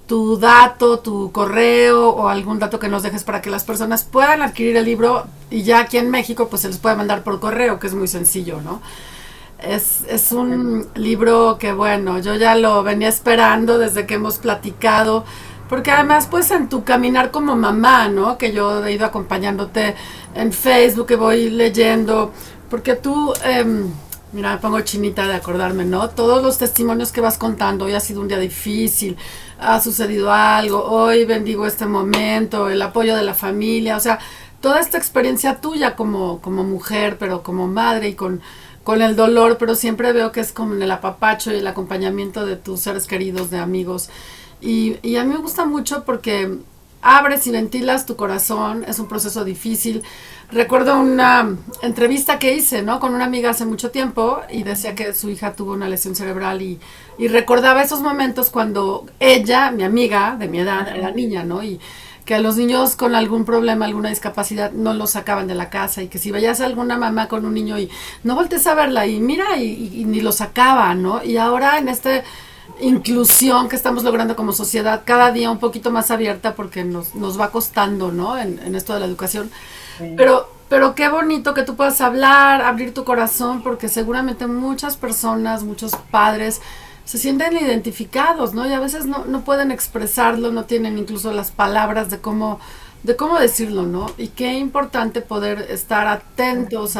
tu dato, tu correo o algún dato que nos dejes para que las personas puedan adquirir el libro y ya aquí en México pues se les puede mandar por correo, que es muy sencillo, ¿no? Es un libro que, bueno, yo ya lo venía esperando desde que hemos platicado, porque además, pues en tu caminar como mamá, ¿no? Que yo he ido acompañándote en Facebook, que voy leyendo, porque tú, mira, me pongo chinita de acordarme, ¿no? Todos los testimonios que vas contando, hoy ha sido un día difícil, ha sucedido algo, hoy bendigo este momento, el apoyo de la familia, o sea, toda esta experiencia tuya como mujer, pero como madre y con el dolor, pero siempre veo que es como en el apapacho y el acompañamiento de tus seres queridos, de amigos. Y a mí me gusta mucho porque abres y ventilas tu corazón, es un proceso difícil. Recuerdo una entrevista que hice, ¿no? Con una amiga hace mucho tiempo y decía que su hija tuvo una lesión cerebral y recordaba esos momentos cuando ella, mi amiga de mi edad, era Ajá. niña, ¿no? Y que a los niños con algún problema, alguna discapacidad, no los sacaban de la casa y que si veías a alguna mamá con un niño y no voltees a verla y mira y ni lo sacaban, ¿no? Y ahora en esta inclusión que estamos logrando como sociedad, cada día un poquito más abierta porque nos va costando, ¿no? En esto de la educación. Sí. Pero qué bonito que tú puedas hablar, abrir tu corazón, porque seguramente muchas personas, muchos padres se sienten identificados, ¿no? Y a veces no pueden expresarlo, no tienen incluso las palabras de cómo decirlo, ¿no? Y qué importante poder estar atentos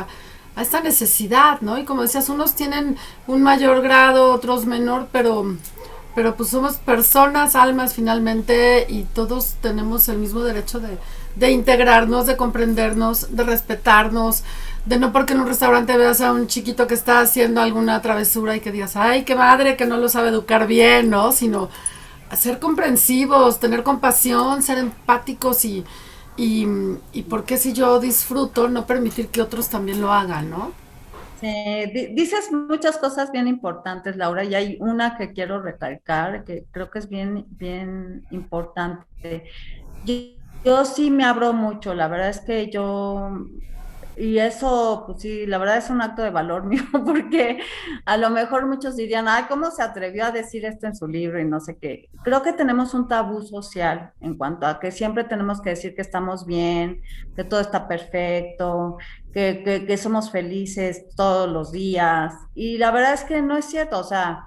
a esta necesidad, ¿no? Y como decías, unos tienen un mayor grado, otros menor, pero pues somos personas, almas finalmente, y todos tenemos el mismo derecho de integrarnos, de comprendernos, de respetarnos, de no porque en un restaurante veas a un chiquito que está haciendo alguna travesura y que digas, ay, qué madre, que no lo sabe educar bien, ¿no? Sino ser comprensivos, tener compasión, ser empáticos y, y por qué si yo disfruto, no permitir que otros también lo hagan, ¿no? Sí, dices muchas cosas bien importantes, Laura, y hay una que quiero recalcar, que creo que es bien, bien importante. Yo, yo sí me abro mucho, la verdad es que yo, y eso, pues sí, la verdad es un acto de valor mío, porque a lo mejor muchos dirían, ay, ¿cómo se atrevió a decir esto en su libro y no sé qué? Creo que tenemos un tabú social en cuanto a que siempre tenemos que decir que estamos bien, que todo está perfecto, que somos felices todos los días, y la verdad es que no es cierto, o sea,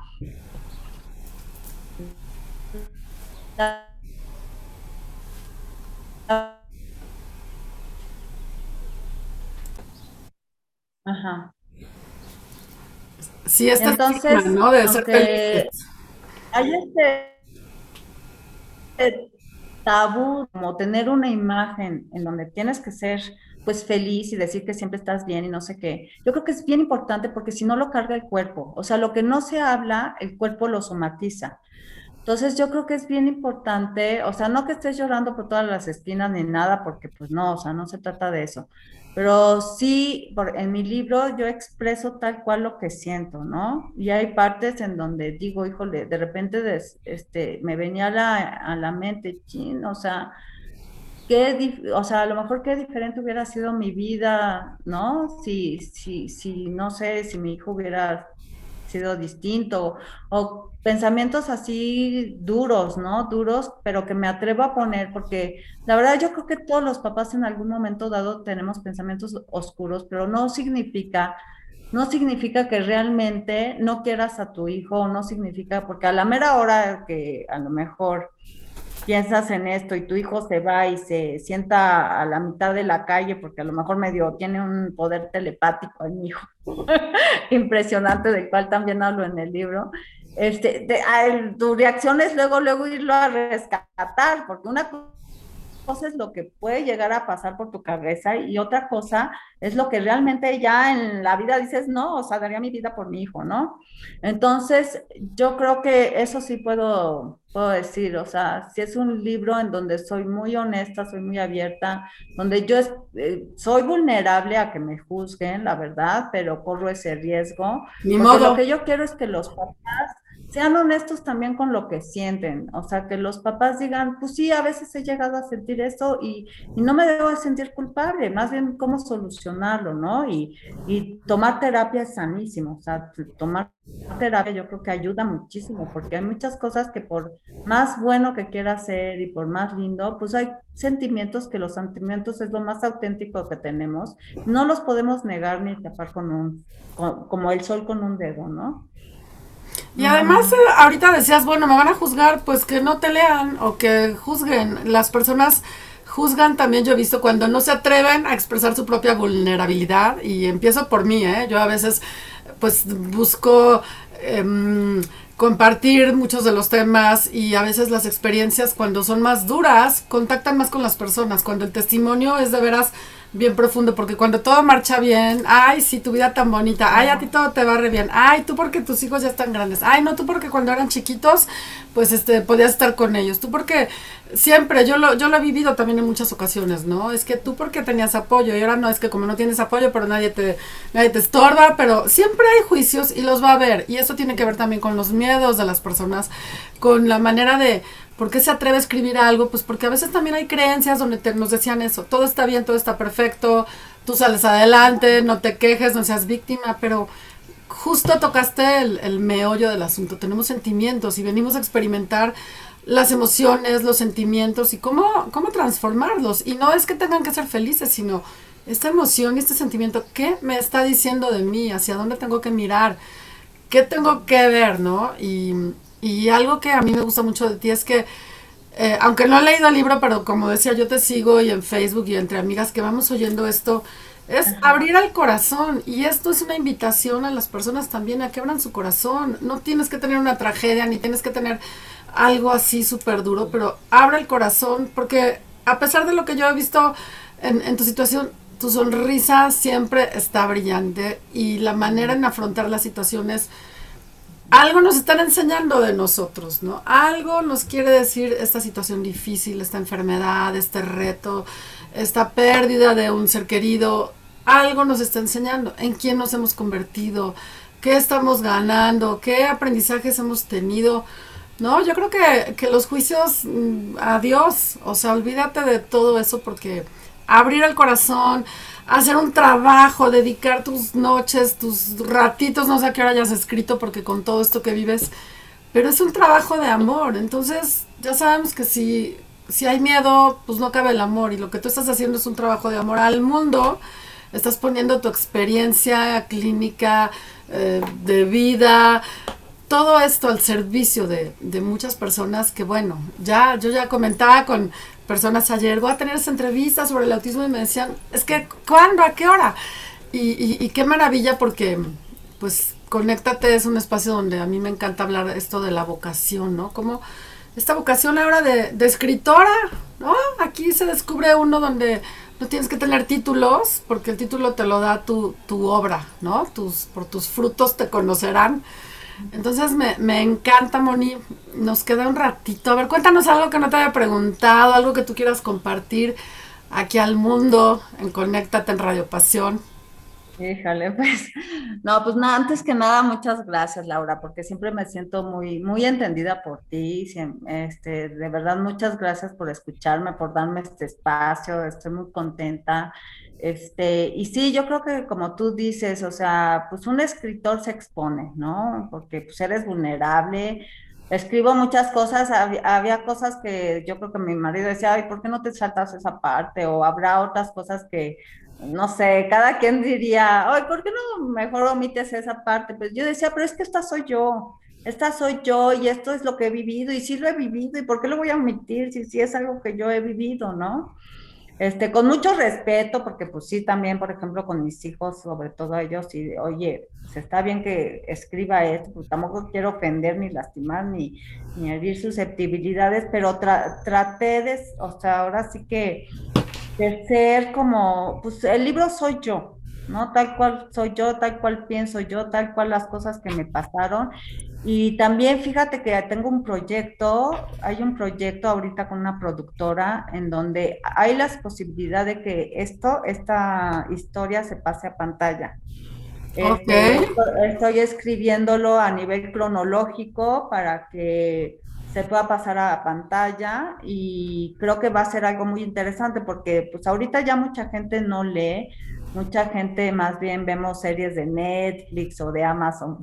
la- ajá. Sí, este estigma, Entonces, ¿no? De ser felices. aunque hay tabú, como tener una imagen en donde tienes que ser pues feliz y decir que siempre estás bien y no sé qué. Yo creo que es bien importante porque si no lo carga el cuerpo, o sea, lo que no se habla, el cuerpo lo somatiza. Entonces yo creo que es bien importante, o sea, no que estés llorando por todas las espinas ni nada, porque pues no, o sea, no se trata de eso, pero sí, en mi libro yo expreso tal cual lo que siento, ¿no? Y hay partes en donde digo, híjole, de repente me venía a la mente, chin, o sea, o sea, a lo mejor qué diferente hubiera sido mi vida, ¿no? Si, no sé, si mi hijo hubiera sido distinto, o pensamientos así duros, ¿no? Duros, pero que me atrevo a poner, porque la verdad yo creo que todos los papás en algún momento dado tenemos pensamientos oscuros, pero no significa que realmente no quieras a tu hijo, no significa, porque a la mera hora que a lo mejor piensas en esto y tu hijo se va y se sienta a la mitad de la calle, porque a lo mejor medio tiene un poder telepático en mi hijo impresionante, del cual también hablo en el libro. Tu reacción es luego, luego irlo a rescatar, porque una cosa es lo que puede llegar a pasar por tu cabeza y otra cosa es lo que realmente ya en la vida dices, no, o sea, daría mi vida por mi hijo, ¿no? Entonces, yo creo que eso sí puedo decir, o sea, si es un libro en donde soy muy honesta, soy muy abierta, donde yo soy vulnerable a que me juzguen, la verdad, pero corro ese riesgo, Ni porque lo modo. que yo quiero es que los papás sean honestos también con lo que sienten, o sea, que los papás digan, pues sí, a veces he llegado a sentir esto y no me debo de sentir culpable, más bien cómo solucionarlo, ¿no? Y tomar terapia es sanísimo, o sea, tomar terapia yo creo que ayuda muchísimo, porque hay muchas cosas que por más bueno que quiera ser y por más lindo, pues hay sentimientos que los sentimientos es lo más auténtico que tenemos, no los podemos negar ni tapar como el sol con un dedo, ¿no? Y además, Mm, ahorita decías, bueno, me van a juzgar, pues que no te lean o que juzguen. Las personas juzgan también, yo he visto, cuando no se atreven a expresar su propia vulnerabilidad. Y empiezo por mí, ¿eh? Yo a veces, pues, busco compartir muchos de los temas y a veces las experiencias cuando son más duras contactan más con las personas, cuando el testimonio es de veras bien profundo, porque cuando todo marcha bien, ay, sí, tu vida tan bonita, ay, a ti todo te va re bien, ay, tú porque tus hijos ya están grandes, ay, no, tú porque cuando eran chiquitos, pues podías estar con ellos, tú porque siempre, yo lo he vivido también en muchas ocasiones, ¿no? Es que tú porque tenías apoyo y ahora no, es que como no tienes apoyo, pero nadie te estorba, pero siempre hay juicios y los va a haber, y eso tiene que ver también con los miedos de las personas, con la manera de ¿por qué se atreve a escribir algo? Pues porque a veces también hay creencias donde nos decían eso, todo está bien, todo está perfecto, tú sales adelante, no te quejes, no seas víctima, pero justo tocaste el meollo del asunto. Tenemos sentimientos y venimos a experimentar las emociones, los sentimientos y cómo transformarlos. Y no es que tengan que ser felices, sino esta emoción y este sentimiento, ¿qué me está diciendo de mí? ¿Hacia dónde tengo que mirar? ¿Qué tengo que ver, no? Y algo que a mí me gusta mucho de ti es que, aunque no he leído el libro, pero como decía, yo te sigo y en Facebook y entre amigas que vamos oyendo esto, es ajá. abrir el corazón. Y esto es una invitación a las personas también a que abran su corazón. No tienes que tener una tragedia, ni tienes que tener algo así súper duro, pero abre el corazón, porque a pesar de lo que yo he visto en tu situación, tu sonrisa siempre está brillante y la manera en afrontar las situaciones algo nos están enseñando de nosotros, ¿no? Algo nos quiere decir esta situación difícil, esta enfermedad, este reto, esta pérdida de un ser querido. Algo nos está enseñando en quién nos hemos convertido, qué estamos ganando, qué aprendizajes hemos tenido. No, yo creo que los juicios, adiós, o sea, olvídate de todo eso porque abrir el corazón, hacer un trabajo, dedicar tus noches, tus ratitos, no sé a qué hora hayas escrito, porque con todo esto que vives, pero es un trabajo de amor. Entonces, ya sabemos que si hay miedo, pues no cabe el amor. Y lo que tú estás haciendo es un trabajo de amor al mundo. Estás poniendo tu experiencia clínica, de vida, todo esto al servicio de muchas personas que, bueno, yo ya comentaba con personas ayer, voy a tener esa entrevista sobre el autismo y me decían, es que, ¿cuándo? ¿A qué hora? Y qué maravilla porque, pues, Conéctate es un espacio donde a mí me encanta hablar esto de la vocación, ¿no? Como esta vocación ahora de escritora, ¿no? Aquí se descubre uno donde no tienes que tener títulos, porque el título te lo da tu obra, ¿no? Por tus frutos te conocerán. Entonces me encanta, Moni. Nos queda un ratito. A ver, cuéntanos algo que no te haya preguntado, algo que tú quieras compartir aquí al mundo en Conéctate en Radio Pasión. Híjole, pues, no, pues nada, antes que nada, muchas gracias, Laura, porque siempre me siento muy, muy entendida por ti, de verdad, muchas gracias por escucharme, por darme este espacio, estoy muy contenta, y sí, yo creo que como tú dices, o sea, pues un escritor se expone, ¿no? Porque pues eres vulnerable, escribo muchas cosas, había cosas que yo creo que mi marido decía, ay, ¿por qué no te saltas esa parte? O habrá otras cosas que no sé, cada quien diría, ay, ¿por qué no mejor omites esa parte? Pues yo decía, pero es que esta soy yo y esto es lo que he vivido y sí lo he vivido y ¿por qué lo voy a omitir si sí es algo que yo he vivido, ¿no? Con mucho respeto, porque pues sí, también, por ejemplo, con mis hijos, sobre todo ellos, y oye, pues está bien que escriba esto, pues tampoco quiero ofender ni lastimar ni herir susceptibilidades, pero traté o sea, ahora sí que de ser como, pues el libro soy yo, ¿no? Tal cual soy yo, tal cual pienso yo, tal cual las cosas que me pasaron. Y también fíjate que tengo hay un proyecto ahorita con una productora en donde hay la posibilidad de que esta historia se pase a pantalla. Ok. Estoy escribiéndolo a nivel cronológico para que se pueda pasar a pantalla y creo que va a ser algo muy interesante porque pues ahorita ya mucha gente no lee, mucha gente más bien vemos series de Netflix o de Amazon.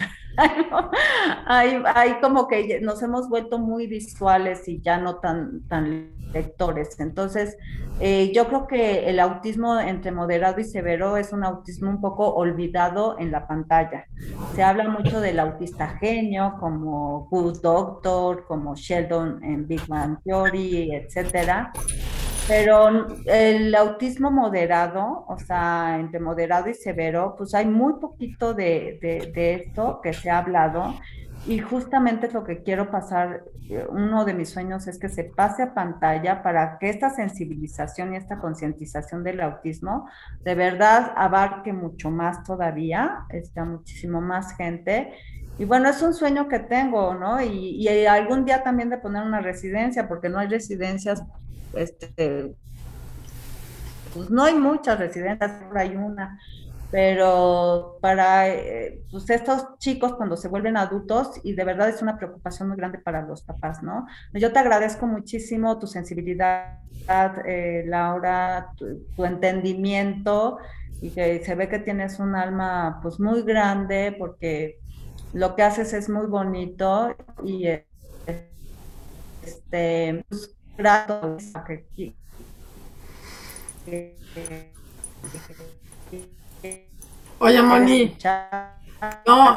Hay como que nos hemos vuelto muy visuales y ya no tan lectores. Entonces, yo creo que el autismo entre moderado y severo es un autismo un poco olvidado en la pantalla. Se habla mucho del autista genio, como Good Doctor, como Sheldon en Big Bang Theory, etcétera. Pero el autismo moderado, o sea, entre moderado y severo, pues hay muy poquito de esto que se ha hablado y justamente es lo que quiero pasar. Uno de mis sueños es que se pase a pantalla para que esta sensibilización y esta concientización del autismo de verdad abarque mucho más todavía, está muchísimo más gente. Y bueno, es un sueño que tengo, ¿no? Y algún día también de poner una residencia, porque no hay residencias este, pues no hay muchas residencias, solo hay una, pero para pues estos chicos cuando se vuelven adultos, y de verdad es una preocupación muy grande para los papás, ¿no? Yo te agradezco muchísimo tu sensibilidad, Laura, tu entendimiento, y que se ve que tienes un alma pues muy grande porque lo que haces es muy bonito y pues, grato que Oye, Moni, escuchar. no,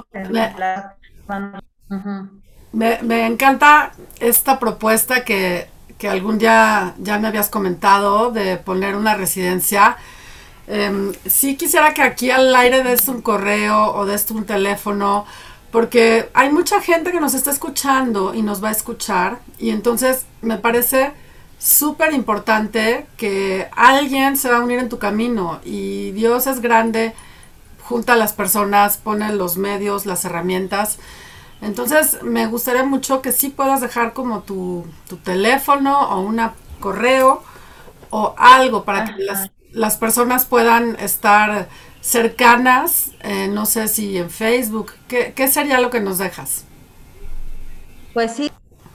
me encanta esta propuesta que algún día ya me habías comentado de poner una residencia. Sí quisiera que aquí al aire des un correo o des un teléfono, porque hay mucha gente que nos está escuchando y nos va a escuchar, y entonces me parece súper importante que alguien se va a unir en tu camino, y Dios es grande, junta a las personas, pone los medios, las herramientas. Entonces me gustaría mucho que sí puedas dejar como tu teléfono o un correo o algo para que Ajá. las personas puedan estar cercanas, no sé si en Facebook. ¿Qué sería lo que nos dejas? Pues sí,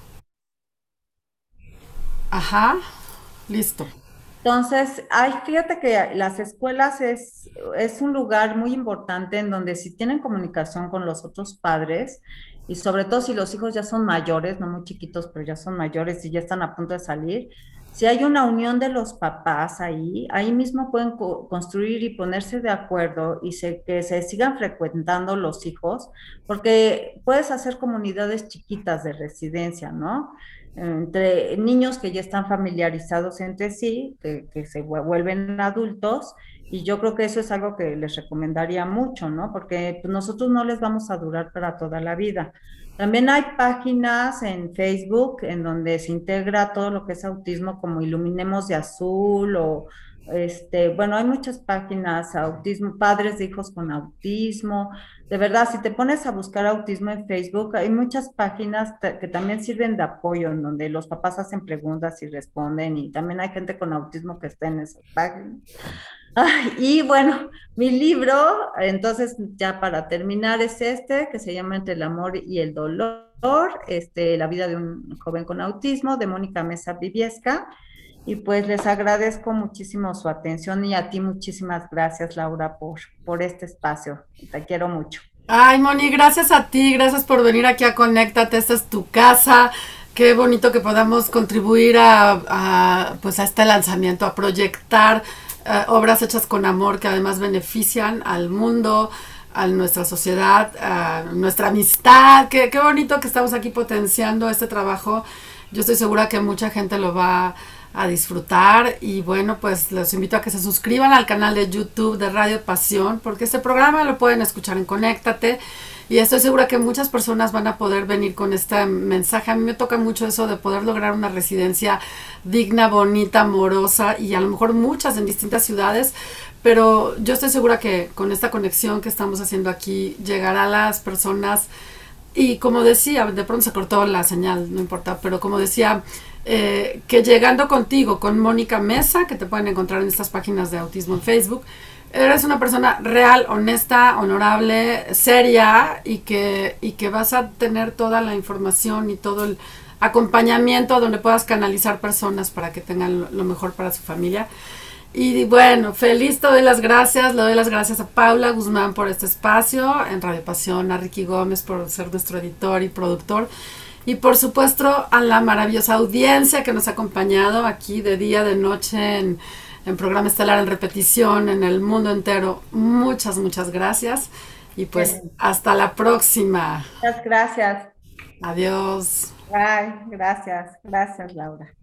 Ajá, listo. entonces, ay, fíjate que las escuelas es un lugar muy importante en donde si tienen comunicación con los otros padres y sobre todo si los hijos ya son mayores, no muy chiquitos, pero ya son mayores y ya están a punto de salir, si hay una unión de los papás ahí mismo pueden construir y ponerse de acuerdo y que se sigan frecuentando los hijos, porque puedes hacer comunidades chiquitas de residencia, ¿no? Entre niños que ya están familiarizados entre sí, que se vuelven adultos, y yo creo que eso es algo que les recomendaría mucho, ¿no? Porque pues, nosotros no les vamos a durar para toda la vida. También hay páginas en Facebook en donde se integra todo lo que es autismo, como Iluminemos de Azul o bueno, hay muchas páginas, autismo, padres de hijos con autismo. De verdad, si te pones a buscar autismo en Facebook, hay muchas páginas que también sirven de apoyo, en donde los papás hacen preguntas y responden, y también hay gente con autismo que está en esas páginas. Ay, y bueno, mi libro, entonces ya para terminar, es este, que se llama Entre el amor y el dolor, la vida de un joven con autismo, de Mónica Mesa Briviesca. Y pues les agradezco muchísimo su atención y a ti muchísimas gracias, Laura, por este espacio. Te quiero mucho. Ay, Moni, gracias a ti, gracias por venir aquí a Conéctate, esta es tu casa. Qué bonito que podamos contribuir pues a este lanzamiento, a proyectar obras hechas con amor que además benefician al mundo, a nuestra sociedad, a nuestra amistad. Qué bonito que estamos aquí potenciando este trabajo. Yo estoy segura que mucha gente lo va a disfrutar, y bueno, pues los invito a que se suscriban al canal de YouTube de Radio Pasión, porque este programa lo pueden escuchar en Conéctate, y estoy segura que muchas personas van a poder venir con este mensaje. A mí me toca mucho eso de poder lograr una residencia digna, bonita, amorosa, y a lo mejor muchas en distintas ciudades, pero yo estoy segura que con esta conexión que estamos haciendo aquí llegará a las personas. Y como decía, de pronto se cortó la señal, no importa, pero como decía, que llegando contigo, con Mónica Mesa, que te pueden encontrar en estas páginas de autismo en Facebook, eres una persona real, honesta, honorable, seria y que vas a tener toda la información y todo el acompañamiento donde puedas canalizar personas para que tengan lo mejor para su familia. Y bueno, feliz, te doy las gracias, le doy las gracias a Paula Guzmán por este espacio, en Radio Pasión, a Ricky Gómez por ser nuestro editor y productor, y por supuesto a la maravillosa audiencia que nos ha acompañado aquí de día, de noche, en programa estelar, en repetición, en el mundo entero. Muchas, muchas gracias. Y pues hasta la próxima. Muchas gracias. Adiós. Bye. Gracias. Gracias, Laura.